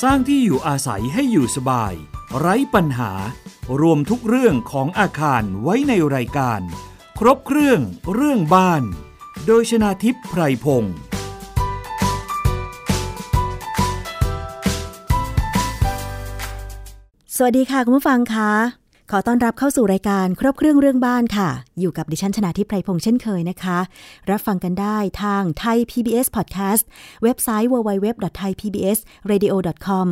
สร้างที่อยู่อาศัยให้อยู่สบายไร้ปัญหารวมทุกเรื่องของอาคารไว้ในรายการครบเครื่องเรื่องบ้านโดยชนาทิพย์ไพรพงศ์สวัสดีค่ะคุณผู้ฟังคะขอต้อนรับเข้าสู่รายการครบเครื่องเรื่องบ้านค่ะอยู่กับดิฉันชนาทิพย์ไพรพงศ์เช่นเคยนะคะรับฟังกันได้ทาง Thai PBS Podcast เว็บไซต์ www.thaipbsradio.com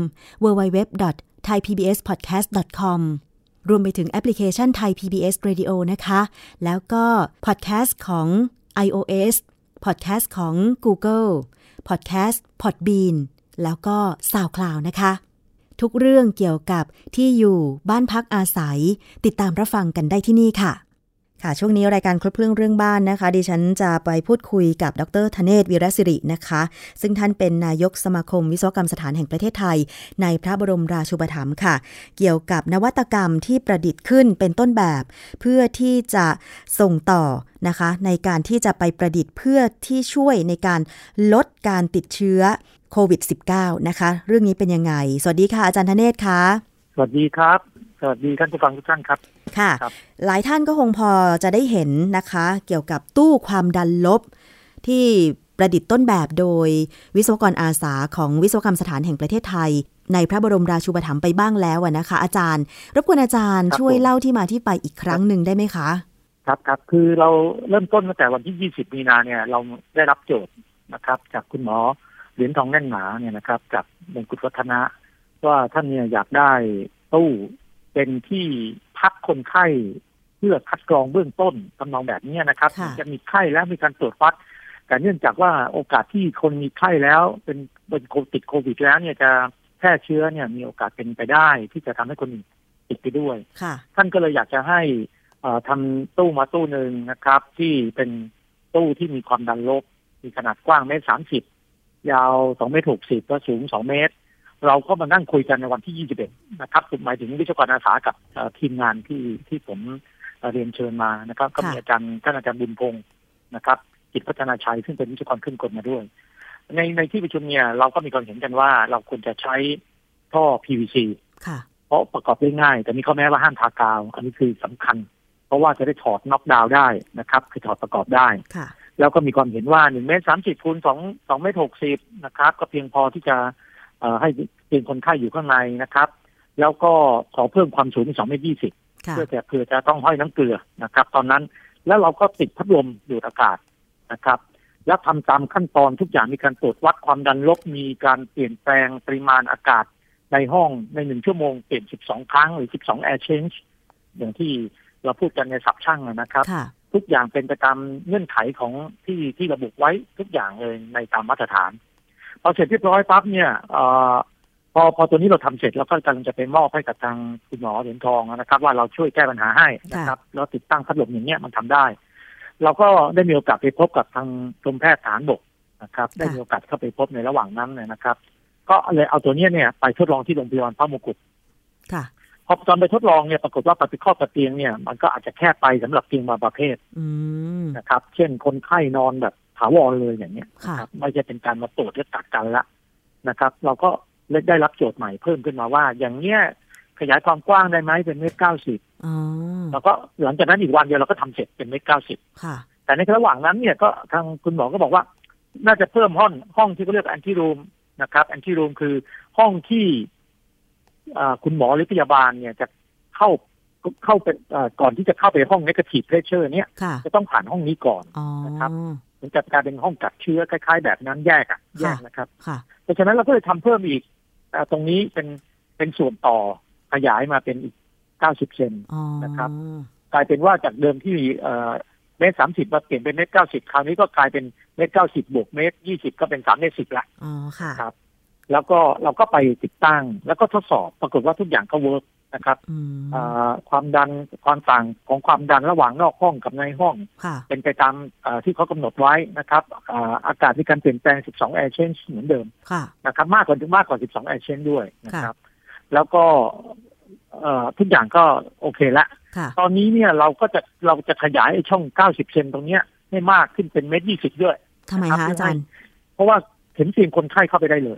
www.thaipbspodcast.com รวมไปถึงแอปพลิเคชัน Thai PBS Radio นะคะแล้วก็พอดแคสต์ของ iOS พอดแคสต์ของ Google พอดแคสต์ Podbean แล้วก็ SoundCloud นะคะทุกเรื่องเกี่ยวกับที่อยู่บ้านพักอาศัยติดตามรับฟังกันได้ที่นี่ค่ะช่วงนี้รายการครบเครื่องเรื่องบ้านนะคะดิฉันจะไปพูดคุยกับดร.ธเนศ วีรศิรินะคะซึ่งท่านเป็นนายกสมาคมวิศวกรรมสถานแห่งประเทศไทยในพระบรมราชูปถัมภ์ค่ะเกี่ยวกับนวัตกรรมที่ประดิษฐ์ขึ้นเป็นต้นแบบเพื่อที่จะส่งต่อนะคะในการที่จะไปประดิษฐ์เพื่อที่ช่วยในการลดการติดเชื้อโควิด -19 นะคะเรื่องนี้เป็นยังไงสวัสดีค่ะอาจารย์ธเนศค่ะสวัสดีครับสวัสดีท่านผู้ฟังทุกท่านครับค่ะหลายท่านก็คงพอจะได้เห็นนะคะเกี่ยวกับตู้ความดันลบที่ประดิษฐ์ต้นแบบโดยวิศวกรอาสาของวิศวกรรมสถานแห่งประเทศไทยในพระบรมราชูปถัมภ์ไปบ้างแล้วนะคะอาจารย์รบกวนอาจารย์ช่วยเล่าที่มาที่ไปอีกครั้งหนึ่งได้ไหมคะครับคือเราเริ่มต้นตั้งแต่วันที่20มีนาเนี่ยเราได้รับโจทย์นะครับจากคุณหมอเหรียญทองแน่นหนาเนี่ยนะครับจากมงกุฎวัฒนะว่าท่านเนี่ยอยากได้ตู้เป็นที่พักคนไข้เพื่อคัดกรองเบื้องต้นทำนองแบบนี้นะครับจะมีไข้แล้วมีการตรวจวัดแต่เนื่องจากว่าโอกาสที่คนมีไข้แล้วเป็นติดโควิดแล้วเนี่ยจะแพร่เชื้อเนี่ยมีโอกาสเป็นไปได้ที่จะทำให้คนอื่นติดไปด้วยท่านก็เลยอยากจะให้ทำตู้มาตู้หนึ่งนะครับที่เป็นตู้ที่มีความดันลบมีขนาดกว้าง1.30 ยาว2.60 และสูง2 เมตรเราก็มานั่งคุยกันในวันที่21นะครับหมายถึงวิศวกรอาสากับทีมงานที่ผมเรียนเชิญมานะครับก็มีท่านอาจารย์บุญพงศ์นะครับกิจพัฒนาชัยซึ่งเป็นวิศวกรขึ้นกลมาด้วยในที่ประชุมเนี่ยเราก็มีความเห็นกันว่าเราควรจะใช้ท่อ PVC เพราะประกอบได้ง่ายแต่มีข้อแม้ว่าห้ามทากาวอันนี้คือสำคัญเพราะว่าจะได้ถอดน็อกดาวน์ได้นะครับคือถอดประกอบได้แล้วก็มีความเห็นว่า1.30 คูณ 2.60 นะครับก็เพียงพอที่จะให้เป็นคนไข้อยู่ข้างในนะครับแล้วก็ขอเพิ่มความสูงเป็น2.20 เพื่อจะต้องห้อยน้ำเกลือนะครับตอนนั้นแล้วเราก็ติดพัดลมดูดอากาศนะครับแล้วทำตามขั้นตอนทุกอย่างมีการตรวจวัดความดันลบมีการเปลี่ยนแปลงปริมาณอากาศในห้องใน1 ชั่วโมงเปลี่ยน12 ครั้งหรือ12 air change อย่างที่เราพูดกันในศัพท์ช่างนะครับทุกอย่างเป็นไปตามเงื่อนไขของที่ระบุไว้ทุกอย่างเลยในตามมาตรฐานพอเสร็จเรียบร้อยปั๊บเนี่ยพอตัวนี้เราทำเสร็จเราก็กำลังจะไปมอบให้กับทางคุณหมอเหรียญทองนะครับว่าเราช่วยแก้ปัญหาให้นะครับแล้วติดตั้งพัดลมอย่างเงี้ยมันทำได้เราก็ได้มีโอกาสไปพบกับทางกรมแพทย์ทหารบกนะครับได้มีโอกาสเข้าไปพบในระหว่างนั้นนะครับก็เลยเอาตัวนี้เนี่ยไปทดลองที่โรงพยาบาลพระมงกุฎพอตอนไปทดลองเนี่ยปรากฏว่าปฏิข้อเตียงเนี่ยมันก็อาจจะแค่ไปสำหรับเตียงบางประเภทนะครับเช่นคนไข้นอนแบบถาวรเลยอย่างเนี้ยครับไม่ใช่เป็นการมาตรวจและกักกันละนะครับเราก็ได้รับโจทย์ใหม่เพิ่มขึ้นมาว่าอย่างเนี้ยขยายความกว้างได้ไหมเป็น1.90 แล้วก็หลังจากนั้นอีกวันเดียวเราก็ทำเสร็จเป็น1.90 แต่ในระหว่างนั้นเนี่ยก็ทางคุณหมอก็บอกว่าน่าจะเพิ่มห้องที่เขาเรียกแอนตี้รูมนะครับแอนตี้รูมคือห้องที่คุณหมอหรือพยาบาลเนี่ยจะเข้าไปก่อนที่จะเข้าไปห้อง negative pressure เนี่ยจะต้องผ่านห้องนี้ก่อนนะครับมันจะกลายเป็นห้องกักเชื้อคล้ายๆแบบนั้นแยกนะครับเพราะฉะนั้นเราก็เลยทำเพิ่มอีกตรงนี้เป็นส่วนต่อขยายมาเป็นอีก90 เซนนะครับกลายเป็นว่าจากเดิมที่1.30 มาเปลี่ยนเป็น1.90 คราวนี้ก็กลายเป็น1.90 บวก1.20 ก็เป็น3.10 ละครับแล้วก็เราก็ไปติดตั้งแล้วก็ทดสอบปรากฏว่าทุกอย่างก็เวิร์กนะครับความดันความต่างของความดันระหว่างนอกห้องกับในห้องเป็นไปตามที่เขากำหนดไว้นะครับอากาศมีการเปลี่ยนแปลง12 air change เหมือนเดิมนะครับมากกว่า12 air change ด้วยนะครับแล้วก็ทุกอย่างก็โอเคละตอนนี้เนี่ยเราจะขยายช่อง90 เซนตรงเนี้ยให้มากขึ้นเป็น1.20 ด้วยทำไมคะอาจารย์เพราะว่าเห็นเตียงคนไข้เข้าไปได้เลย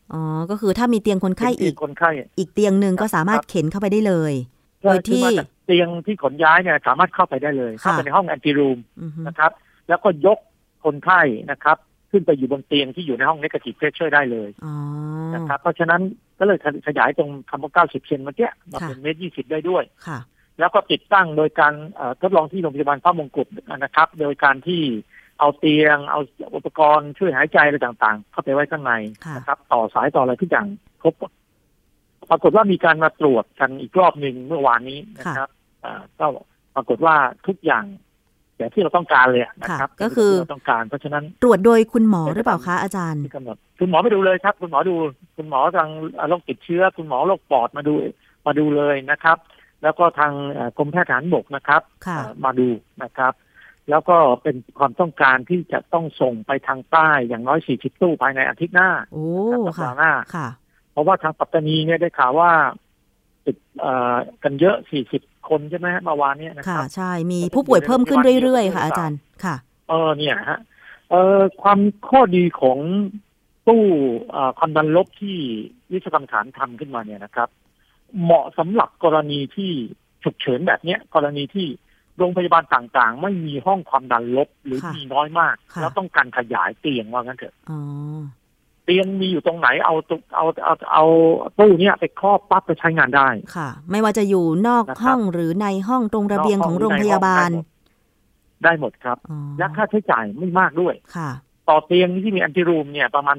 อ๋อก็คือถ้ามีเตียงคนไข้อีกเตียงนึงก็สามารถเข็นเข้าไปได้เลยโดยที่เตียงที่ขนย้ายเนี่ยสามารถเข้าไปได้เลยเข้าไปในห้องแอนติรูมนะครับแล้วก็ยกคนไข้นะครับขึ้นไปอยู่บนเตียงที่อยู่ในห้อง negative pressure ได้เลยนะครับเพราะฉะนั้นก็เลยขยายตรงคำว่า90 เซนเมื่อกี้มาเป็น1.20 ได้ด้วยแล้วก็ติดตั้งโดยการทดลองที่โรงพยาบาลพระมงกุฎนะครับโดยการที่เอาเตียงเอาอุปกรณ์ช่วยหายใจอะไรต่างๆเข้าไปไว้ข้างในนะครับต่อสายต่ออะไรทุกอย่างครบปรากฏว่ามีการมาตรวจกันอีกรอบหนึ่งเมื่อวานนี้นะครับก็ปรากฏว่าทุกอย่างอย่างที่เราต้องการเลยนะครับก็คือเราต้องการเพราะฉะนั้นตรวจโดยคุณหมอหรือเปล่าคะอาจารย์คุณหมอไม่ดูเลยครับคุณหมอดูคุณหมอทางโรคติดเชื้อคุณหมอโรคปอดมาดูเลยนะครับแล้วก็ทางกรมแพทย์ทหารบกนะครับมาดูนะครับแล้วก็เป็นความต้องการที่จะต้องส่งไปทางใต้อย่างน้อย40 ตู้ภายในอาทิตย์หน้าสัปดาห์หน้าเพราะว่าทางปัตตานีเนี่ยได้ข่าวว่าติดกันเยอะ40 คนใช่ไหมเมื่อวานนี้นะครับใช่มีผู้ป่วยเพิ่มขึ้นเรื่อยๆค่ะอาจารย์ค่ะเนี่ยฮะความข้อดีของตู้ความดันลบที่วิศวกรรมฐานทำขึ้นมาเนี่ยนะครับเหมาะสำหรับกรณีที่ฉุกเฉินแบบนี้กรณีที่โรงพยาบาลต่างๆไม่มีห้องความดันลบหรือมีน้อยมากแล้วต้องการขยายเตียงว่างั้นเถอะเตียงมีอยู่ตรงไหนเอาตู้เนี้ยไปครอบปั๊บไปใช้งานได้ค่ะไม่ว่าจะอยู่นอกห้องหรือในห้องตรงระเบียงของโรงพยาบาลได้หมดครับและค่าใช้จ่ายไม่มากด้วยค่ะต่อเตียงที่มีแอนติรูมเนี่ยประมาณ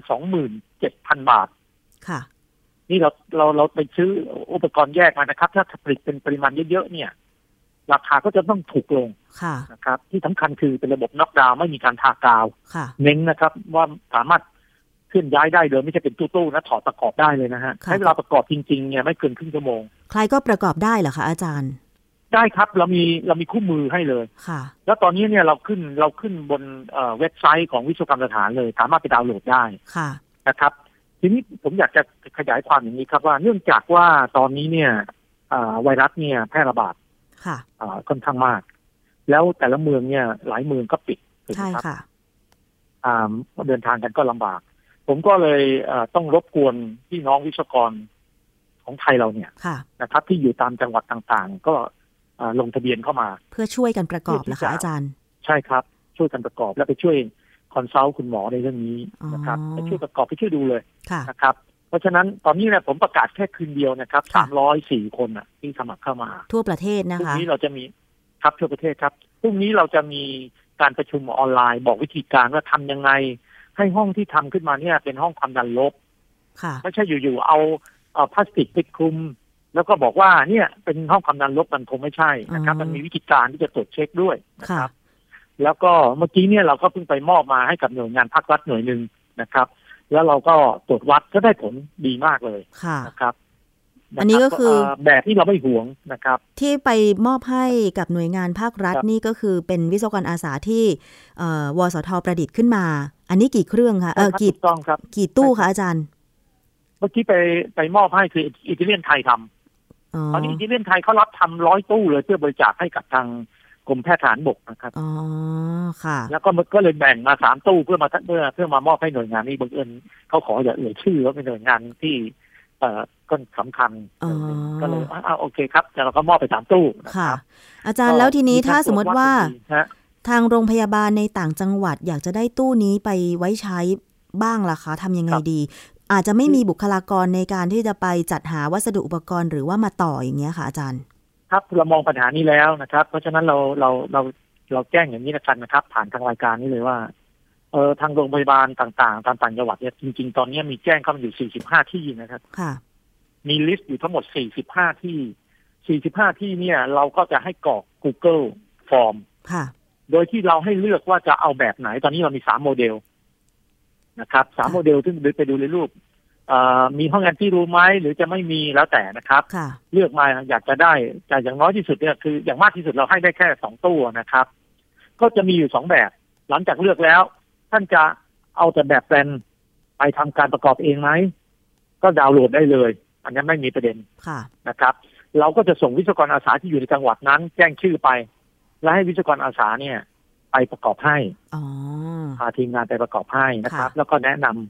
27,000 บาทค่ะนี่เราไปซื้ออุปกรณ์แยกมานะครับถ้าผลิตเป็นปริมาณเยอะๆเนี่ยราคาก็จะต้องถูกลงนะครับที่สำคัญคือเป็นระบบน็อกดาวน์ไม่มีการทากาวเน้นนะครับว่าสามารถเคลื่อนย้ายได้โดยไม่ใช่เป็นตู้ๆนะถอดประกอบได้เลยนะฮะใช้เวลาประกอบจริงๆเนี่ยไม่เกินครึ่งชั่วโมงใครก็ประกอบได้เหรอคะอาจารย์ได้ครับเรามีคู่มือให้เลยค่ะแล้วตอนนี้เนี่ยเราขึ้นบนเว็บไซต์ของวิศวกรรมสถานเลยสามารถไปดาวน์โหลดได้นะครับทีนี้ผมอยากจะขยายความอย่างนี้ครับว่าเนื่องจากว่าตอนนี้เนี่ยไวรัสเนี่ยแพร่ระบาดค่อนข้างมากแล้วแต่ละเมืองเนี่ยหลายเมืองก็ปิดใช่ค่ะเดินทางกันก็ลำบากผมก็เลยต้องรบกวนพี่น้องวิศวกรของไทยเราเนี่ยนะครับที่อยู่ตามจังหวัดต่างๆก็ลงทะเบียนเข้ามาเพื่อช่วยกันประกอบนะคะอาจารย์ใช่ครับช่วยกันประกอบแล้วไปช่วยคอนซัลท์คุณหมอในเรื่องนี้นะครับไปช่วยประกอบไปช่วยดูเลยนะครับเพราะฉะนั้นตอนนี้เนี่ยผมประกาศแค่คืนเดียวนะครับ304 คนที่สมัครเข้ามาทั่วประเทศนะคะพรุ่งนี้เราจะมีครับทั่วประเทศครับพรุ่งนี้เราจะมีการประชุมออนไลน์บอกวิธีการว่าทำยังไงให้ห้องที่ทำขึ้นมาเนี่ยเป็นห้องความดันลบไม่ใช่อยู่ๆเอาพลาสติกปิดคลุมแล้วก็บอกว่าเนี่ยเป็นห้องความดันลบมันคงไม่ใช่นะครับมันมีวิธีการที่จะตรวจเช็คด้วยนะครับแล้วก็เมื่อกี้เนี่ยเราก็เพิ่งไปมอบมาให้กับหน่วยงานภาครัฐหน่วยนึงนะครับแล้วเราก็ตรวจวัดก็ได้ผลดีมากเลยนะครับอันนี้ก็คือแบบที่เราไม่หวงนะครับที่ไปมอบให้กับหน่วยงานภาครัฐนี่ก็คือเป็นวิศวกรอาสาที่วสท.ประดิษฐ์ขึ้นมาอันนี้กี่เครื่องคะกี่ตู้คะอาจารย์เมื่อกี้ไปมอบให้คืออิตาเลียนไทยทำตอนนี้อิตาเลียนไทยเขารับทำ100 ตู้เลยเพื่อบริจาคให้กับทางกรมแพทย์ทหารบกนะครับอ๋อค่ะแล้วก็เลยแบ่งมา3 ตู้เพื่อมามอบให้หน่วยงานนี้บังเอิญเขาขออย่าเอ่ยชื่อว่าเป็นหน่วยงานที่ก็สำคัญก็เลยโอเคครับแต่เราก็มอบไป3 ตู้ค่ะอาจารย์แล้วทีนี้ถ้าสมมติว่าทางโรงพยาบาลในต่างจังหวัดอยากจะได้ตู้นี้ไปไว้ใช้บ้างล่ะคะทำยังไงดีอาจจะไม่มีบุคลากรในการที่จะไปจัดหาวัสดุอุปกรณ์หรือว่ามาต่ออย่างเงี้ยค่ะอาจารย์ครับเรามองปัญหานี้แล้วนะครับเพราะฉะนั้นเราแจ้งอย่างนี้นะครับผ่านทางรายการนี้เลยว่าทางโรงพยาบาลต่างๆตามต่างจังหวัดเนี่ยจริงๆตอนนี้มีแจ้งเข้ามาอยู่45 ที่นะครับค่ะมีลิสต์อยู่ทั้งหมด45 ที่เนี่ยเราก็จะให้กรอก Google Form ค่ะโดยที่เราให้เลือกว่าจะเอาแบบไหนตอนนี้เรามี3 โมเดลนะครับ3 โมเดลซึ่งไปดูในรูปมีห้องแอนตี้รูมไหมหรือจะไม่มีแล้วแต่นะครับเลือกมาอยากจะได้แต่อย่างน้อยที่สุดเนี่ยคืออย่างมากที่สุดเราให้ได้แค่2 ตู้นะครับก็จะมีอยู่2 แบบหลังจากเลือกแล้วท่านจะเอาแต่แบบแปลนไปทำการประกอบเองไหมก็ดาวน์โหลดได้เลยอันนี้ไม่มีประเด็นนะครับเราก็จะส่งวิศวกรอาสาที่อยู่ในจังหวัดนั้นแจ้งชื่อไปและให้วิศวกรอาสาเนี่ยไปประกอบให้พาทีมงานไปประกอบให้นะครับแล้วก็แนะน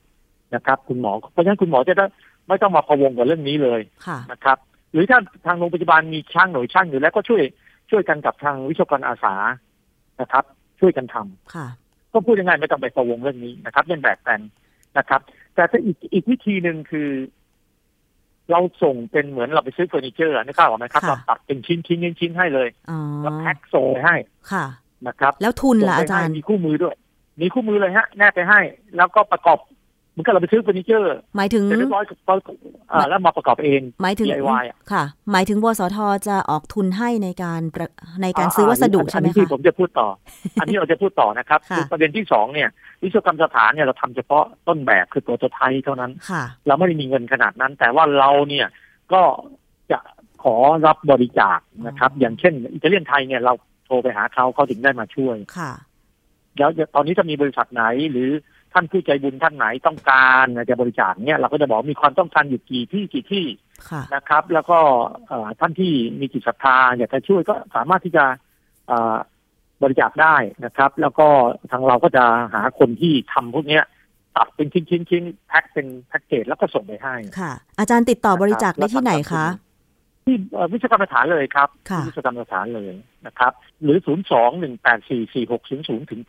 นะครับคุณหมอเพราะฉะนั้นคุณหมอจะได้ไม่ต้องมาพะวงกับเรื่องนี้เลยนะครับหรือถ้าทางโรงพยาบาลมีช่างหน่วยช่างอยู่แล้วก็ช่วยกันกับทางวิศวกรอาสานะครับช่วยกันทำก็พูดยังไงไม่ต้องไปพะวงเรื่องนี้นะครับเรื่องแบบแปลนนะครับแต่ถ้าอีกวิธีหนึ่งคือเราส่งเป็นเหมือนเราไปซื้อเฟอร์นิเจอร์นึกภาพออกไหมครับเราตัดเป็นชิ้นให้เลยแล้วแพ็คส่งไปให้นะครับแล้วทุนล่ะอาจารย์มีคู่มือด้วยมีคู่มือเลยฮะแนบไปให้แล้วก็ประกอบเหมือนกับเราไปซื้อเฟอร์นิเจอร์หมายถึงเรียบร้อยแล้วมาประกอบเองหมายถึง DIY ค่ะหมายถึงวสทจะออกทุนให้ในการซื้อวัสดุใช่ไหมคะอันนี้ผมจะพูดต่อ อันนี้เราจะพูดต่อนะครับคือประเด็นที่2เนี่ยวิศวกรรมสถานเนี่ยเราทำเฉพาะต้นแบบคือโปรโตไทป์เท่านั้นเราไม่ได้มีเงินขนาดนั้นแต่ว่าเราเนี่ยก็จะขอรับบริจาคนะครับอย่างเช่นอิตาเลียนไทยเนี่ยเราโทรไปหาเขาถึงได้มาช่วยแล้วตอนนี้จะมีบริษัทไหนหรือท่านผู้ใจบุญท่านไหนต้องการจะบริจาคเนี่ยเราก็จะบอกมีความต้องการอยู่กี่ที่นะครับแล้วก็ท่านที่มีจิตศรัทธาอยากจะช่วยก็สามารถที่จะบริจาคได้นะครับแล้วก็ทางเราก็จะหาคนที่ทำพวกนี้ตัดเป็นชิ้นแพ็คเป็นแพ็คเกจแล้วก็ส่งไปให้ค่ะอาจารย์ติดต่อบริจาคได้ที่ไหนคะที่วิศวกรรมสถานเลยครับวิศวกรรมสถานเลยนะครับหรือ02-184-4600-9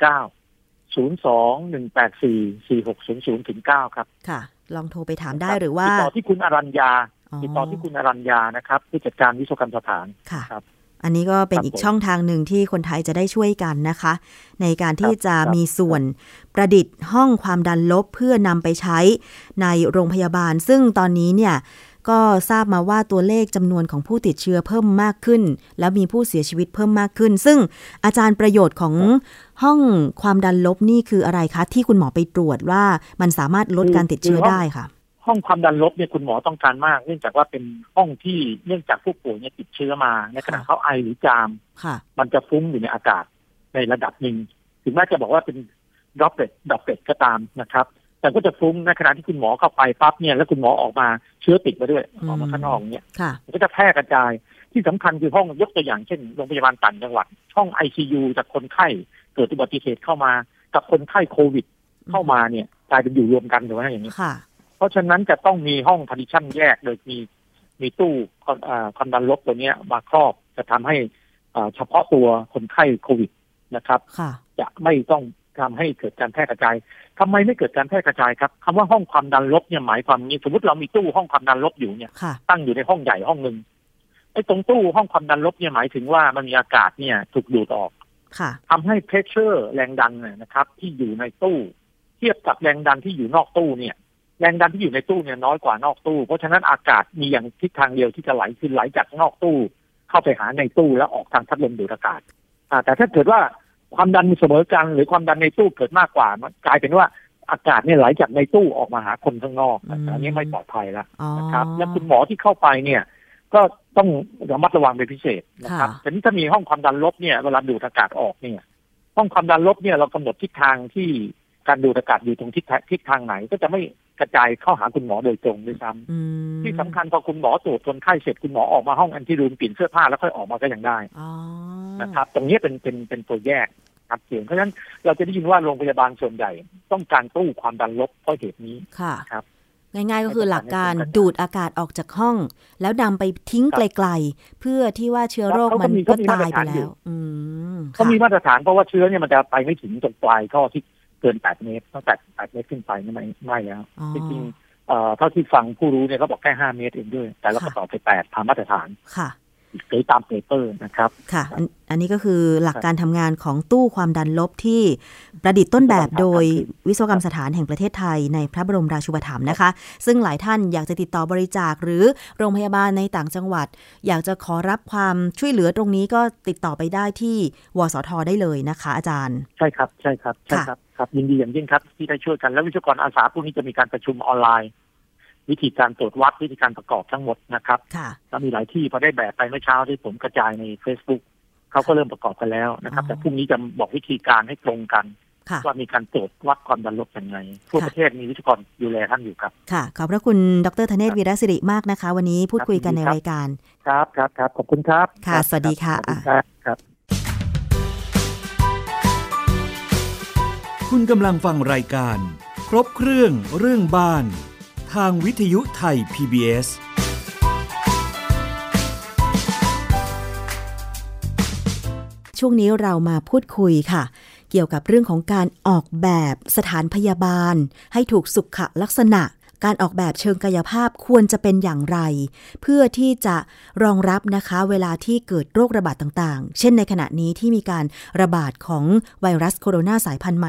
02-184-4600-9 ครับค่ะลองโทรไปถามได้หรือว่าติดต่อที่คุณอรัญญานะครับผู้จัดการวิศวกรรมสถานครับอันนี้ก็เป็นอีกช่องทางหนึ่งที่คนไทยจะได้ช่วยกันนะคะในการที่จะมีส่วนประดิษฐ์ห้องความดันลบเพื่อนำไปใช้ในโรงพยาบาลซึ่งตอนนี้เนี่ยก็ทราบมาว่าตัวเลขจำนวนของผู้ติดเชื้อเพิ่มมากขึ้นแล้วมีผู้เสียชีวิตเพิ่มมากขึ้นซึ่งอาจารย์ประโยชน์ของห้องความดันลบนี่คืออะไรคะที่คุณหมอไปตรวจว่ามันสามารถลดการติดเชื้อได้ค่ะห้องความดันลบเนี่ยคุณหมอต้องการมากเนื่องจากว่าเป็นห้องที่เนื่องจากผู้ป่วยเนี่ยติดเชื้อมาในขณะเขาไอหรือจามมันจะฟุ้งอยู่ในอากาศในระดับหนึ่งถึงแม้จะบอกว่าเป็นดรอปเล็ตก็ตามนะครับแต่ก็จะฟุ้งในขณะที่คุณหมอเข้าไปปั๊บเนี่ยแล้วคุณหมอออกมาเชื้อติดมาด้วยออกมาข้างนอกเนี่ยมันก็จะแพร่กระจายที่สำคัญคือห้องยกตัวอย่างเช่นโรงพยาบาลต่างจังหวัดห้อง ICU จากคนไข้เกิดอุบัติเหตุเข้ามากับคนไข้โควิดเข้ามาเนี่ยกลายเป็นอยู่รวมกันถูกไหมอย่างนี้เพราะฉะนั้นจะต้องมีห้องพาร์ติชันแยกโดยมีตู้ความดันลบตัวนี้มาครอบจะทำให้เฉพาะตัวคนไข้โควิดนะครับจะไม่ต้องทำให้เกิดการแพร่กระจายทำไมไม่เกิดการแพร่กระจายครับคำว่าห้องความดันลบเนี่ยหมายความนี้สมมติเรามีตู้ห้องความดันลบอยู่เนี่ยตั้งอยู่ในห้องใหญ่ห้องนึงไอ้ตรงตู้ห้องความดันลบเนี่ยหมายถึงว่ามันมีอากาศเนี่ยถูกดูดออกทำให้เพรสเชอร์แรงดันนะครับที่อยู่ในตู้เทียบกับแรงดันที่อยู่นอกตู้เนี่ยแรงดันที่อยู่ในตู้เนี่ยน้อยกว่านอกตู้เพราะฉะนั้นอากาศมีอย่างทิศทางเดียวที่จะไหลคือไหลจากนอกตู้เข้าไปหาในตู้แล้วออกทางพัดลมดูดอากาศแต่ถ้าเกิดว่าความดันเสมอกันหรือความดันในตู้เกิดมากกว่ามันกลายเป็นว่าอากาศเนี่ยไหลจากในตู้ออกมาหาคนข้างนอกอันนี้ไม่ปลอดภัยแล้วนะครับและคุณหมอที่เข้าไปเนี่ยก็ต้องระมัดระวังเป็นพิเศษนะครับแต่นี่ถ้ามีห้องความดันลบเนี่ยเวลาดูดอากาศออกเนี่ยห้องความดันลบเนี่ยเรากำหนดทิศทางที่การดูดอากาศอยู่ตรงทิศทางไหนก็จะไม่กระจายเข้าหาคุณหมอโดยตรงด้วยซ้ำที่สำคัญพอคุณหมอตรวจคนไข้เสร็จคุณหมอออกมาห้องแอนติรูมเปลี่ยนเสื้อผ้าแล้วค่อยออกมาก็ยังได้นะครับตรงนี้เป็นตัวแยกครับเพราะฉะนั้นเราจะได้ยินว่าโรงพยาบาลส่วนใหญ่ต้องการตู้ความดันลบเพราะเหตุนี้ครับง่ายๆก็คือหลักการดูดอากาศออกจากห้องแล้วนำไปทิ้งไกลๆเพื่อที่ว่าเชื้อโรคมันก็ตายไปแล้วเขามีมาตรฐานเพราะว่าเชื้อเนี่ยมันจะไปไม่ถึงตรงปลายท่อที่เกิน8 เมตรตั้งแต่8 เมตรขึ้นไปไม่แล้วจริงๆเท่าที่ฟังผู้รู้เนี่ยเขาบอกแค่5 เมตรเองด้วยแต่เราก็ต่อไป8ตามมาตรฐานหรือตามเปเปอร์นะครับค่ะอันนี้ก็คือหลักการทำงานของตู้ความดันลบที่ประดิษฐ์ต้นแบบโดยวิศวกรรมสถานแห่งประเทศไทยในพระบรมราชูปถัมภ์นะคะซึ่งหลายท่านอยากจะติดต่อบริจาคหรือโรงพยาบาลในต่างจังหวัดอยากจะขอรับความช่วยเหลือตรงนี้ก็ติดต่อไปได้ที่วสท.ได้เลยนะคะอาจารย์ใช่ครับยินดีอย่างยิ่งครับที่ได้ช่วยกันแล้ววิศวกรอาสาพวกนี้จะมีการประชุมออนไลน์วิธีการตรวจวัดวิธีการประกอบทั้งหมดนะครับแล้วมีหลายที่พอได้แบบไปเมื่อเช้าที่ผมกระจายใน Facebook เขาก็เริ่มประกอบกันแล้วนะครับแต่พรุ่งนี้จะบอกวิธีการให้ตรงกันว่ามีการตรวจวัดความดันลบอย่างไรทั่วประเทศมีวิศวกรดูแลท่านอยู่ครับค่ะขอบพระคุณดร.ธเนศ วีระศิริมากนะคะวันนี้พูดคุยกันในรายการครับขอบคุณครับค่ะสวัสดีค่ะครับคุณกำลังฟังรายการครบเครื่องเรื่องบ้านทางวิทยุไทย PBS ช่วงนี้เรามาพูดคุยค่ะเกี่ยวกับเรื่องของการออกแบบสถานพยาบาลให้ถูกสุขลักษณะการออกแบบเชิงกายภาพควรจะเป็นอย่างไรเพื่อที่จะรองรับนะคะเวลาที่เกิดโรคระบาดต่างๆเช่นในขณะนี้ที่มีการระบาดของไวรัสโคโรนาสายพันธุ์ใหม่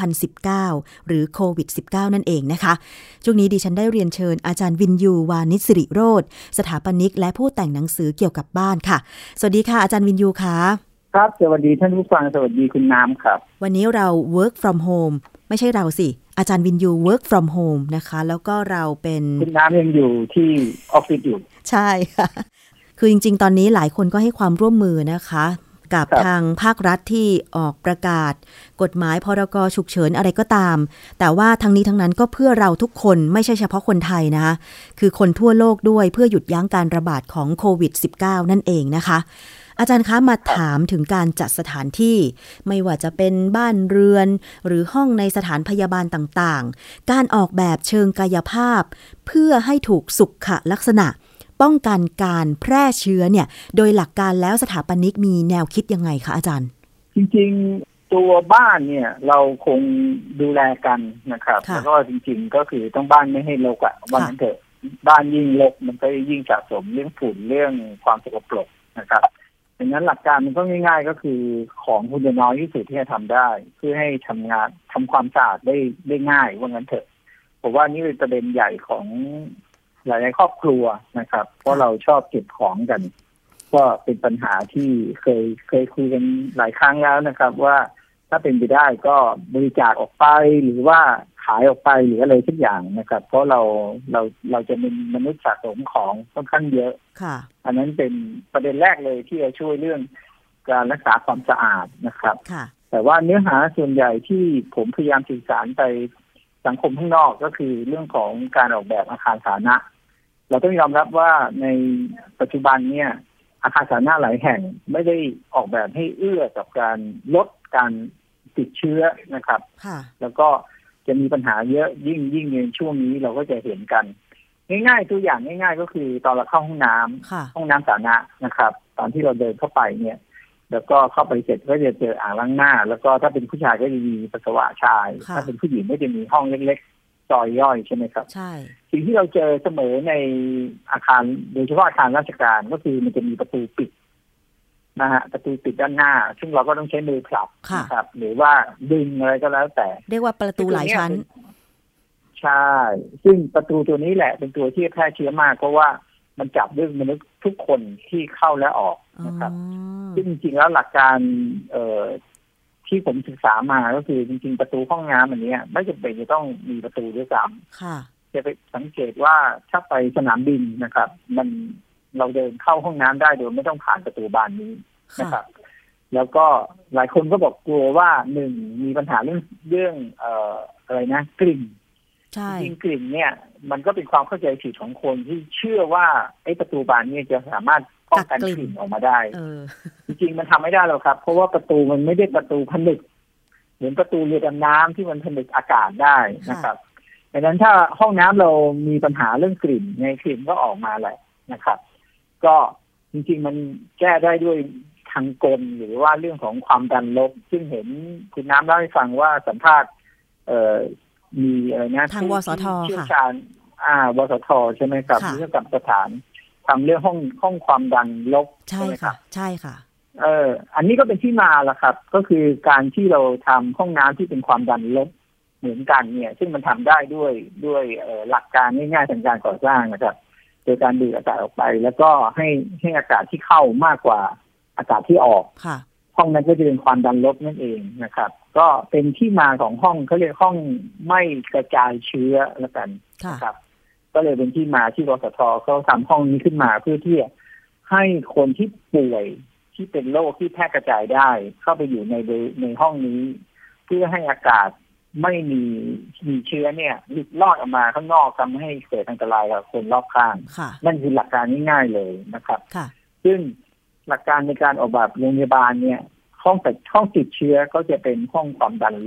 2019 หรือโควิด -19 นั่นเองนะคะช่วงนี้ดิฉันได้เรียนเชิญอาจารย์วินยูวานิชสิริโรจน์สถาปนิกและผู้แต่งหนังสือเกี่ยวกับบ้านค่ะสวัสดีค่ะอาจารย์วินยูค่ะครับสวัสดีท่านผู้ฟังสวัสดีคุณน้ำครับวันนี้เรา work from home ไม่ใช่เราสิอาจารย์วินยู work from home นะคะแล้วก็เราเป็นคุณน้ำยังอยู่ที่ออฟฟิศอยู่ใช่ค่ะคือจริงๆตอนนี้หลายคนก็ให้ความร่วมมือนะคะกับทางภาครัฐที่ออกประกาศกฎหมายพรกฉุกเฉินอะไรก็ตามแต่ว่าทั้งนี้ทั้งนั้นก็เพื่อเราทุกคนไม่ใช่เฉพาะคนไทยนะคะคือคนทั่วโลกด้วยเพื่อหยุดยั้งการระบาดของโควิด -19 นั่นเองนะคะอาจารย์คะมาถามถึงการจัดสถานที่ไม่ว่าจะเป็นบ้านเรือนหรือห้องในสถานพยาบาลต่างๆการออกแบบเชิงกายภาพเพื่อให้ถูกสุขลักษณะป้องกันการแพร่เชื้อเนี่ยโดยหลักการแล้วสถาปนิกมีแนวคิดยังไงคะอาจารย์จริงๆตัวบ้านเนี่ยเราคงดูแลกันนะครับแล้วก็จริงๆก็คือต้องบ้านไม่ให้รกอ่ะว่างั้นเถอะบ้านยิ่งรกมันก็ยิ่งสะสมเรื่องฝุ่นเรื่องความสกปรกนะครับดังนั้นหลักการมันก็ง่ายๆก็คือของคุณจะน้อยที่สุดที่จะทำได้เพื่อให้ทำความสะอาดได้ง่ายว่างั้นเถอะผมว่านี่เป็นประเด็นใหญ่ของหลายๆครอบครัวนะครับเพราะเราชอบเก็บของกันก็เป็นปัญหาที่เคยคุยกันหลายครั้งแล้วนะครับว่าถ้าเป็นไปได้ก็บริจาคออกไปหรือว่าขายออกไปหรืออะไรทุกอย่างนะครับเพราะเราจะเป็นมนุษย์สะสมของค่อนข้างเยอะอันนั้นเป็นประเด็นแรกเลยที่จะช่วยเรื่องการรักษาความสะอาดนะครับแต่ว่าเนื้อหาส่วนใหญ่ที่ผมพยายามสื่อสารไปสังคมข้างนอกก็คือเรื่องของการออกแบบอาคารสาธารณะเราต้องยอมรับว่าในปัจจุบันเนี่ยอาคารสาธารณะหลายแห่งไม่ได้ออกแบบให้เอื้อกับการลดการติดเชื้อนะครับแล้วก็จะมีปัญหาเยอะยิ่งในช่วงนี้เราก็จะเห็นกันง่ายๆตัวอย่างง่ายๆก็คือตอนเราเข้าห้องน้ำสาธารณะนะครับตอนที่เราเดินเข้าไปเนี่ยแล้วก็เข้าไปเสร็จก็จะเจออ่างล้างหน้าแล้วก็ถ้าเป็นผู้ชายก็จะมีปัสสาวะชายถ้าเป็นผู้หญิงก็จะมีห้องเล็กๆซอยย่อยใช่ไหมครับใช่สิ่งที่เราเจอเสมอในอาคารโดยเฉพาะอาคารราชการก็คือมันจะมีประตูปิดนะฮะประตูปิดด้านหน้าซึ่งเราก็ต้องใช้มือผลักนะครับหรือว่าดึงอะไรก็แล้วแต่เรียกว่าประตูหลายชั้นใช่ซึ่งประตูตัวนี้แหละเป็นตัวที่แพร่เชื้อมากเพราะว่ามันจับเรื่องมนุษย์ทุกคนที่เข้าและออกนะครับซึ่งจริงๆแล้วหลักการที่ผมศึกษามาก็คือจริงๆประตูห้องน้ำอันนี้ไม่จำเป็นจะต้องมีประตูด้วยซ้ำจะไปสังเกตว่าถ้าไปสนามบินนะครับเราเดินเข้าห้องน้ำได้โดยไม่ต้องผ่านประตูบานนี้นะครับแล้วก็หลายคนก็บอกกลัวว่าหนึ่งมีปัญหาเรื่องอะไรนะกลิ่นจริงกลิ่นเนี่ยมันก็เป็นความเข้าใจผิดของคนที่เชื่อว่าไอ้ประตูบานนี้จะสามารถป้องกันกลิ่นออกมาได้จริงๆมันทำไม่ได้หรอกครับเพราะว่าประตูมันไม่ได้ประตูผนึกเหมือนประตูเรือดำน้ำที่มันผนึกอากาศได้นะครับดังนั้นถ้าห้องน้ำเรามีปัญหาเรื่องกลิ่นในกลิ่นก็ออกมาแหละนะครับก็จริงๆมันแก้ได้ด้วยทางกลหรือว่าเรื่องของความดันลบซึ่งเห็นคุณน้ำเล่าให้ฟังว่าสัมภาษณ์มีอะไรนะทางวสทเชี่ยวชาญวสทใช่ไหมครับที่เกี่ยวกับสถานทำเรื่องห้องความดันลบใช่ค่ะใช่ค่ะอันนี้ก็เป็นที่มาละครับก็คือการที่เราทำห้องน้ำที่เป็นความดันลบเหมือนกันเนี่ยซึ่งมันทำได้ด้วยหลักการง่ายๆทางการก่อสร้างนะครับโดยการดูดอากาศออกไปแล้วก็ให้อากาศที่เข้ามากกว่าอากาศที่ออกห้องนั้นก็จะเป็นความดันลบนั่นเองนะครับก็เป็นที่มาของห้องเขาเรียกห้องไม่กระจายเชื้อแล้วกันนะครับก็เลยเป็นที่มาที่วสทเขาทำห้องนี้ขึ้นมาเพื่อที่ให้คนที่ป่วยที่เป็นโรคที่แพร่กระจายได้เข้าไปอยู่ในห้องนี้เพื่อให้อากาศไม่มีเชื้อเนี่ยหลุดลอดออกมาข้างนอกทำให้เกิดอันตรายกับคนรอบข้างนั่นคือหลักการง่ายๆเลยนะครับซึ่งหลักการในการออกแบบโรงพยาบาลเนี่ยห้องติดเชื้อก็จะเป็นห้องความดันลบ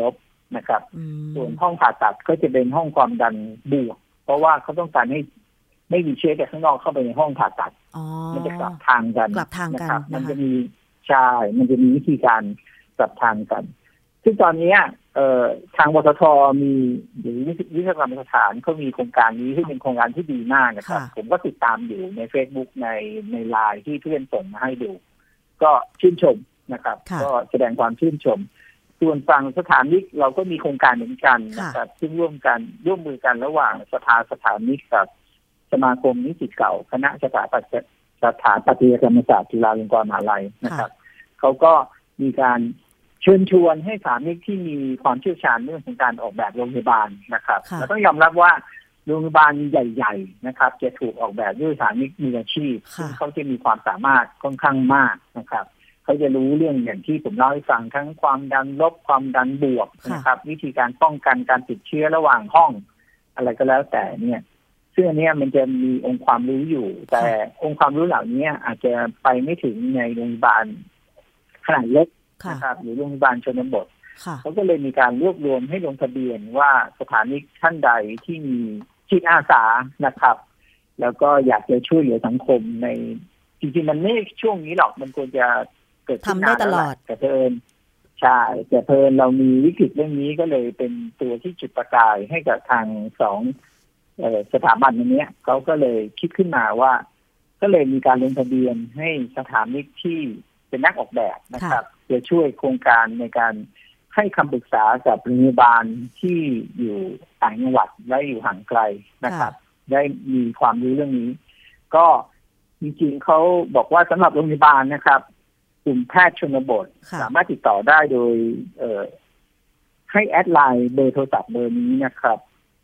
นะครับส่วนห้องผ่าตัดก็จะเป็นห้องความดันบวกเพราะว่าเขาต้องการให้ไม่มีเชื้อจากข้างนอกเข้าไปในห้องผ่าตัดมันจะกลับทางกันนะครับมันจะมีมันจะมีวิธีการกลับทางกันซึ่งตอนนี้ทางวททมีหรือวิศวกรรมสถานเขามีโครงการนี้ที่เป็นโครงการที่ดีมากนะครับผมก็ติดตามอยู่ใน Facebook ในไลน์ที่เพื่อนส่งมาให้ดูก็ชื่นชมนะครับก็แสดงความชื่นชมส่วนฝั่งสถานิกเราก็มีโครงการเหมือนกันนะครับซึ่งร่วมมือกันระหว่างสถานิกกับสมาคมนิสิตเก่าคณะสถาปัตยกรรมศาสตร์จุฬาลงกรณ์มหาวิทยาลัยนะครับเขาก็มีการเชิญชวนให้สถานิกที่มีความเชี่ยวชาญเรื่องของการออกแบบโรงพยาบาลนะครับเราต้องยอมรับว่าโรงพยาบาลใหญ่ๆนะครับจะถูกออกแบบด้วยสถานิกมืออาชีพซึ่งเขาจะมีความสามารถค่อนข้างมากนะครับเขาจะรู้เรื่องอย่างที่ผมเล่าให้ฟังทั้งความดันลบความดันบวกนะครับวิธีการป้องกันการติดเชื้อระหว่างห้องอะไรก็แล้วแต่เนี่ยซึ่งอันนี้มันจะมีองค์ความรู้อยู่แต่องค์ความรู้เหล่านี้อาจจะไปไม่ถึงในโรงพยาบาลขนาดเล็กนะครับหรือโรงพยาบาลชนบทเขาก็เลยมีการรวบรวมให้ลงทะเบียนว่าสถานิกท่านใดที่มีจิตอาสานะครับแล้วก็อยากจะช่วยเหลือสังคมในจริงๆมันไม่ช่วงนี้หรอกมันควรจะเกิดขึ้นได้ตลอดแต่เพิ่นใช่แต่เพิ่นเรามีวิกฤตเรื่องนี้ก็เลยเป็นตัวที่จุดประกายให้กับทางสองสถาบันนี้เขาก็เลยคิดขึ้นมาว่าก็เลยมีการลงทะเบียนให้สถานิกที่เป็นนักออกแบบนะครับจะช่วยโครงการในการให้คำปรึกษากับโรงพยาบาลที่อยู่ต่างจังหวัดและอยู่ห่างไกลนะครับได้มีความรู้เรื่องนี้ก็จริงๆเขาบอกว่าสำหรับโรงพยาบาลนะครับกลุ่มแพทย์ชนบทสามารถติดต่อได้โดยให้แอดไลน์เบอร์โทรศัพท์เบอร์นี้นะครับ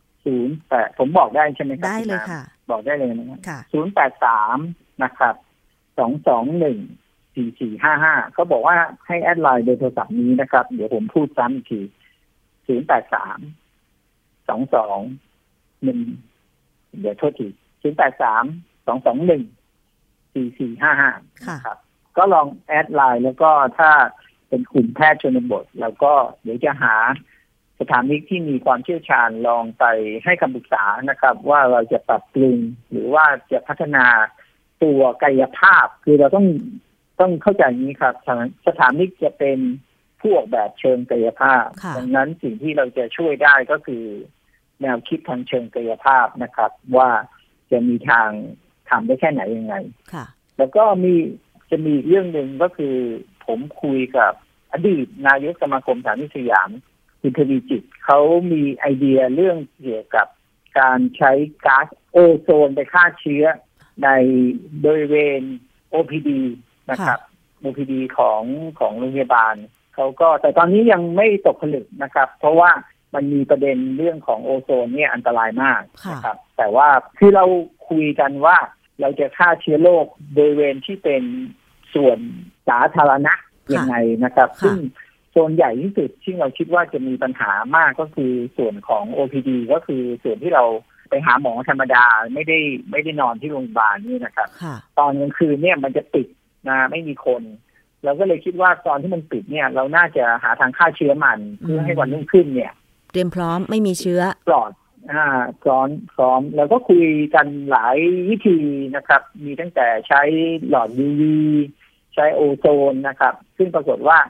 08ผมบอกได้ใช่ไหมครับได้เลยค่ะบอกได้เลยนะครับ083นะครับ2214455เขาบอกว่าให้แอดไลน์เบอร์โทรศัพท์นี้นะครับเดี๋ยวผมพูดซ้ำอีกที083 221เดี๋ยวโทษที083 2214455ครับก็ลองแอดไลน์แล้วก็ถ้าเป็นกลุ่มแพทย์ชนบทแล้วก็เดี๋ยวจะหาสถานิกที่มีความเชี่ยวชาญลองไปให้คำปรึกษานะครับว่าเราจะปรับปรุงหรือว่าจะพัฒนาตัวกายภาพคือเราต้องเข้าใจอย่างนี้ครับสถานิกจะเป็นผู้ออกแบบเชิงกายภาพดังนั้นสิ่งที่เราจะช่วยได้ก็คือแนวคิดทางเชิงกายภาพนะครับว่าจะมีทางทำได้แค่ไหนยังไงแล้วก็จะมีเรื่องหนึ่งก็คือผมคุยกับอดีตนายกสมาคมสถานิกสยามคุณทวีจิตเขามีไอเดียเรื่องเกี่ยวกับการใช้ก๊าซโอโซนไปฆ่าเชื้อในบริเวณ OPD นะครับ OPD ของโรงพยาบาลเขาก็แต่ตอนนี้ยังไม่ตกผลึกนะครับเพราะว่ามันมีประเด็นเรื่องของโอโซนเนี่ยอันตรายมากนะครับแต่ว่าคือเราคุยกันว่าเราจะฆ่าเชื้อโรคบริเวณที่เป็นส่วนสาธารณะยังไงนะครับซึ่งโซนใหญ่ที่สุดที่เราคิดว่าจะมีปัญหามากก็คือส่วนของ OPD ก็คือส่วนที่เราไปหาหมอธรรมดาไม่ได้นอนที่โรงพยาบาลนี่นะครับตอนกลางคืนเนี่ยมันจะปิดนะไม่มีคนเราก็เลยคิดว่าตอนที่มันปิดเนี่ยเราน่าจะหาทางฆ่าเชื้อมันเพื่อให้วันรุ่งขึ้นเนี่ยเตรียมพร้อมไม่มีเชื้อปลอดพร้อมแล้วก็คุยกันหลายวิธีนะครับมีตั้งแต่ใช้หลอด UV ใช้โอโซนนะครับซึ่งปรากฏว่า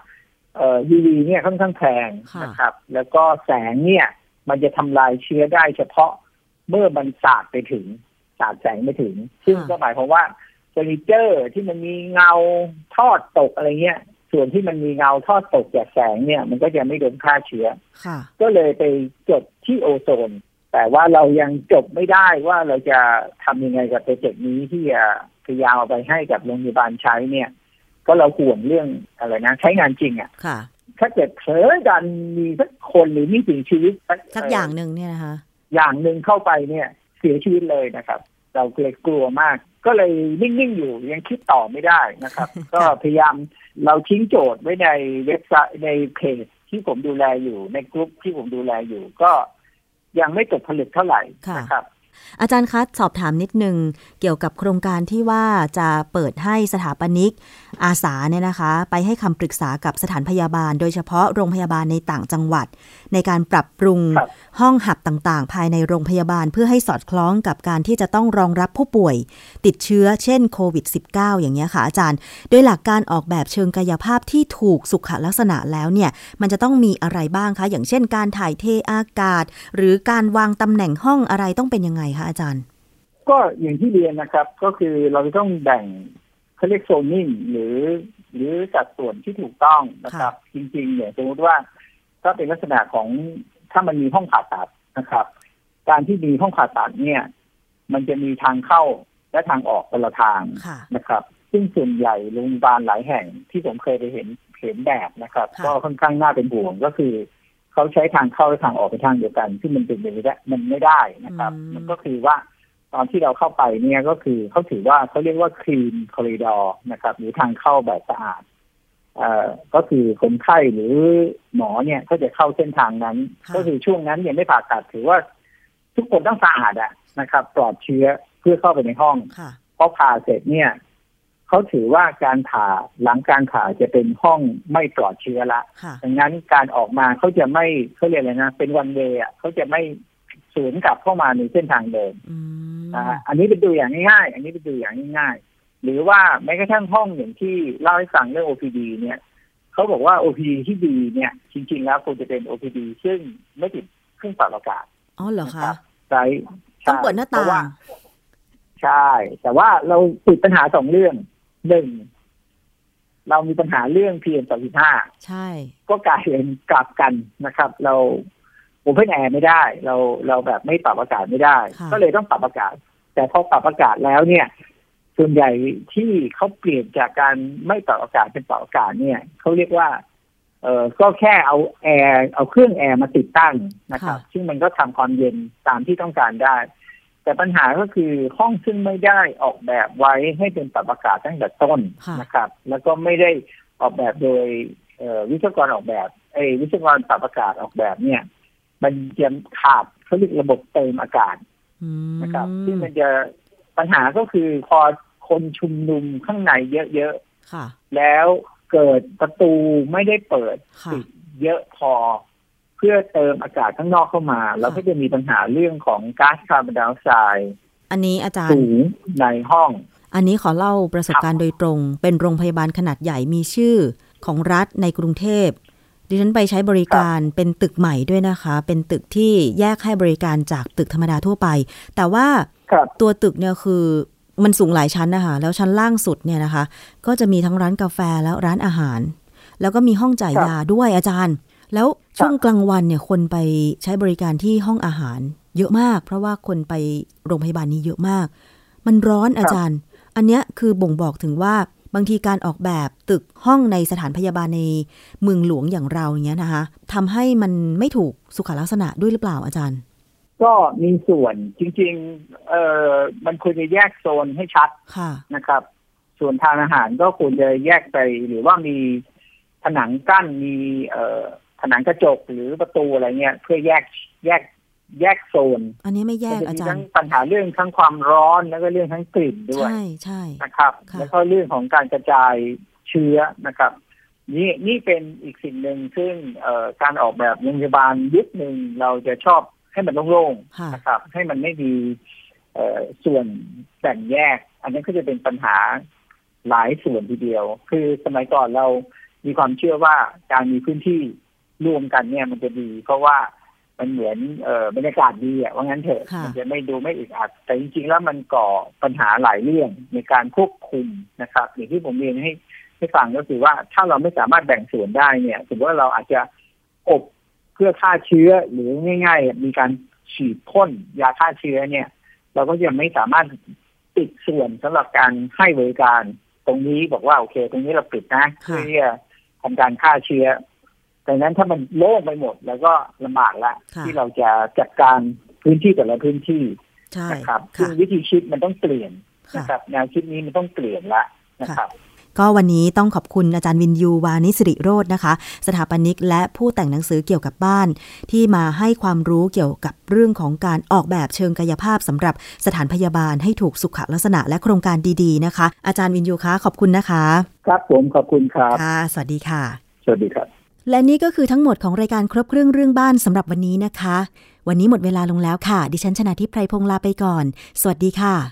UV เนี่ยค่อนข้างแพงนะครับแล้วก็แสงเนี่ยมันจะทำลายเชื้อได้เฉพาะเมื่อมันสาดแสงไม่ถึงซึ่งก็หมายความว่าเฟอร์นิเจอร์ที่มันมีเงาทอดตกอะไรเงี้ยส่วนที่มันมีเงาทอดตกจากแสงเนี่ยมันก็จะไม่โดนฆ่าเชื้อก็เลยไปจบที่โอโซนแต่ว่าเรายังจบไม่ได้ว่าเราจะทำยังไงกับโปรเจกต์นี้ที่จะพยายามเอาไปให้กับโรงพยาบาลใช้เนี่ยก็เราห่วงเรื่องอะไรนะใช้งานจริงอ่ะถ้าเกิดเผลอดันมีสักคนหรือมีสิ่งชีวิตสักอย่างหนึ่งเนี่ยนะคะอย่างหนึ่งเข้าไปเนี่ยเสียชีวิตเลยนะครับเราเลยกลัวมากก็เลยนิ่งๆอยู่ยังคิดต่อไม่ได้นะครับ ก็พยายามเราทิ้งโจทย์ไว้ในเว็บไซต์ในเพจที่ผมดูแลอยู่ในกลุ่มที่ผมดูแลอยู่ก็ยังไม่ตกผลึกเท่าไหร่นะครับอาจารย์คะสอบถามนิดนึงเกี่ยวกับโครงการที่ว่าจะเปิดให้สถาปนิกอาสาเนี่ยนะคะไปให้คำปรึกษากับสถานพยาบาลโดยเฉพาะโรงพยาบาลในต่างจังหวัดในการปรับปรุงห้องหับต่างๆภายในโรงพยาบาลเพื่อให้สอดคล้องกับการที่จะต้องรองรับผู้ป่วยติดเชื้อเช่นโควิด -19 อย่างเงี้ยค่ะอาจารย์โดยหลักการออกแบบเชิงกายภาพที่ถูกสุขลักษณะแล้วเนี่ยมันจะต้องมีอะไรบ้างคะอย่างเช่นการถ่ายเทอากาศหรือการวางตำแหน่งห้องอะไรต้องเป็นยังไงคะอาจารย์ก็อย่างที่เรียนนะครับก็คือเราจะต้องแบ่งเขาเรียกโซนนิ่งหรือสัดส่วนที่ถูกต้องนะครับจริงๆเนี่ยสมมติว่าถ้าเป็นลักษณะของถ้ามันมีห้องผ่าตัดนะครับการที่มีห้องผ่าตัดเนี่ยมันจะมีทางเข้าและทางออกคนละทางนะครับซึ่งส่วนใหญ่โรงพยาบาลหลายแห่งที่ผมเคยไปเห็นแบบนะครับก็ค่อนข้างน่าเป็นห่วงก็คือเขาใช้ทางเข้าและทางออกเป็นทางเดียวกันซึ่งมันเป็นไปไม่ได้นะครับมันก็คือว่าตอนที่เราเข้าไปเนี่ยก็คือเขาถือว่าเขาเรียกว่า clean corridor นะครับหรือทางเข้าแบบสะอาดก็คือคนไข้หรือหมอเนี่ยก็จะเข้าเส้นทางนั้นก็คือช่วงนั้นยังไม่ผ่าตัดถือว่าทุกคนต้องสะอาดนะครับปลอดเชื้อเพื่อเข้าไปในห้องพอผ่าเสร็จเนี่ยเขาถือว่าการผ่าหลังการผ่าจะเป็นห้องไม่ปลอดเชื้อละดังนั้นการออกมาเขาจะไม่เขาเรียกอะไรนะเป็นวันเวย์เขาจะไม่สวนกลับเข้ามาในเส้นทางเดิมอันนี้เป็นตัวอย่างง่ายๆหรือว่าแม้กระทั่งห้องอย่างที่เล่าให้ฟังเรื่อง OPD เนี่ยเขาบอกว่า OPD ที่ดีเนี่ยจริงๆแล้วควรจะเป็น OPD ซึ่งไม่ติดเครื่องปรับอากาศอ๋อเหรอคะต้องเปิดหน้าต่างใช่แต่ว่าเราติดปัญหา2เรื่อง1เรามีปัญหาเรื่อง PM2.5 ใช่ก็กลายเป็นกลับกันนะครับเราOpen Air ไม่ได้เราแบบไม่ปรับอากาศไม่ได้ก็เลยต้องปรับอากาศแต่พอปรับอากาศแล้วเนี่ยส่วนใหญ่ที่เขาเปลี่ยนจากการไม่ปรับอากาศเป็นปรับอากาศเนี่ยเขาเรียกว่าก็แค่เอาเครื่องแอร์มาติดตั้งนะครับซึ่งมันก็ทำความเย็นตามที่ต้องการได้แต่ปัญหาก็คือห้องซึ่งไม่ได้ออกแบบไว้ให้เป็นปรับอากาศตั้งแต่ต้นนะครับแล้วก็ไม่ได้ออกแบบโดยวิศวกรออกแบบวิศวกรปรับอากาศออกแบบเนี่ยมันจะขาดเขาเรียกระบบเติมอากาศนะครับที่มันจะปัญหาก็คือพอคนชุมนุมข้างในเยอะๆแล้วเกิดประตูไม่ได้เปิดปิดเยอะพอเพื่อเติมอากาศข้างนอกเข้ามาแล้วก็จะมีปัญหาเรื่องของก๊าซคาร์บอนไดออกไซด์อันนี้อาจารย์สูงในห้องอันนี้ขอเล่าประสบการณ์โดยตรงเป็นโรงพยาบาลขนาดใหญ่มีชื่อของรัฐในกรุงเทพดิฉันไปใช้บริการเป็นตึกใหม่ด้วยนะคะเป็นตึกที่แยกให้บริการจากตึกธรรมดาทั่วไปแต่ว่าตัวตึกเนี่ยคือมันสูงหลายชั้นนะคะแล้วชั้นล่างสุดเนี่ยนะคะก็จะมีทั้งร้านกาแฟแล้วร้านอาหารแล้วก็มีห้องจ่ายยาด้วยอาจารย์แล้วช่วงกลางวันเนี่ยคนไปใช้บริการที่ห้องอาหารเยอะมากเพราะว่าคนไปโรงพยาบาลนี้เยอะมากมันร้อนอาจารย์อันเนี้ยคือบ่งบอกถึงว่าบางทีการออกแบบตึกห้องในสถานพยาบาลในเมืองหลวงอย่างเราอย่างเงี้ยนะคะทำให้มันไม่ถูกสุขลักษณะด้วยหรือเปล่าอาจารย์ก็มีส่วนจริงๆมันควรจะแยกโซนให้ชัดนะครับส่วนทางอาหารก็ควรจะแยกไปหรือว่ามีผนังกั้นมีผนังกระจกหรือประตูอะไรเงี้ยเพื่อแยกโซนอันนี้ไม่แยกอาจารย์ทั้งปัญหาเรื่องทั้งความร้อนแล้วก็เรื่องทั้งกลิ่นด้วยใช่นะครับแล้วก็เรื่องของการกระจายเชื้อนะครับนี่เป็นอีกสิ่งหนึ่งซึ่งการออกแบบโรงพยาบาลยุคหนึ่งเราจะชอบให้มันโล่งๆนะครับให้มันไม่มีส่วนแบ่งแยกอันนี้ก็จะเป็นปัญหาหลายส่วนทีเดียวคือสมัยก่อนเรามีความเชื่อว่าการมีพื้นที่รวมกันเนี่ยมันจะดีเพราะว่ามันเหมือนบรรยากาศดีว่างั้นเถอะมันจะไม่ดูไม่อึดอัดแต่จริงๆแล้วมันก่อปัญหาหลายเรื่องในการควบคุมนะครับอย่างที่ผมเรียนให้ฟังก็คือว่าถ้าเราไม่สามารถแบ่งส่วนได้เนี่ยสมมติว่าเราอาจจะอบเพื่อฆ่าเชื้อหรือง่ายๆมีการฉีดพ่นยาฆ่าเชื้อเนี่ยเราก็จะไม่สามารถปิดส่วนสำหรับการให้บริการตรงนี้บอกว่าโอเคตรงนี้เราปิดนะเพื่อที่จะทำการฆ่าเชื้อดังนั้นถ้ามันโล่งไปหมดแล้วก็ลำบากละที่เราจะจัดการพื้นที่แต่ละพื้นที่นะครับซึ่งวิธีคิดมันต้องเปลี่ยนนะครับแนวคิดนี้มันต้องเปลี่ยนละนะครับขก็วันนี้ต้องขอบคุณอาจารย์วินยูวานิสิริโรจน์นะคะสถาปนิกและผู้แต่งหนังสือเกี่ยวกับบ้านที่มาให้ความรู้เกี่ยวกับเรื่องของการออกแบบเชิงกายภาพสำหรับสถานพยาบาลให้ถูกสุขลักษณะและโครงการดีๆนะคะอาจารย์วินยูคะขอบคุณนะคะครับผมขอบคุณครับค่ะสวัสดีค่ะสวัสดีครับและนี่ก็คือทั้งหมดของรายการครบเครื่องเรื่องบ้านสำหรับวันนี้นะคะวันนี้หมดเวลาลงแล้วค่ะดิฉันชนาธิป ไพรพงษ์ลาไปก่อนสวัสดีค่ะ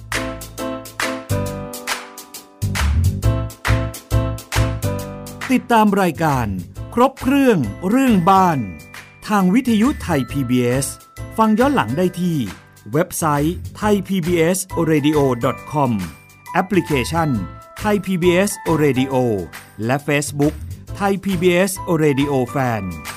ติดตามรายการครบเครื่องเรื่องบ้านทางวิทยุไทย PBS ฟังย้อนหลังได้ที่เว็บไซต์ thaipbsradio.com แอปพลิเคชัน Thai PBS Radio และ Facebook Thai PBS Radio Fan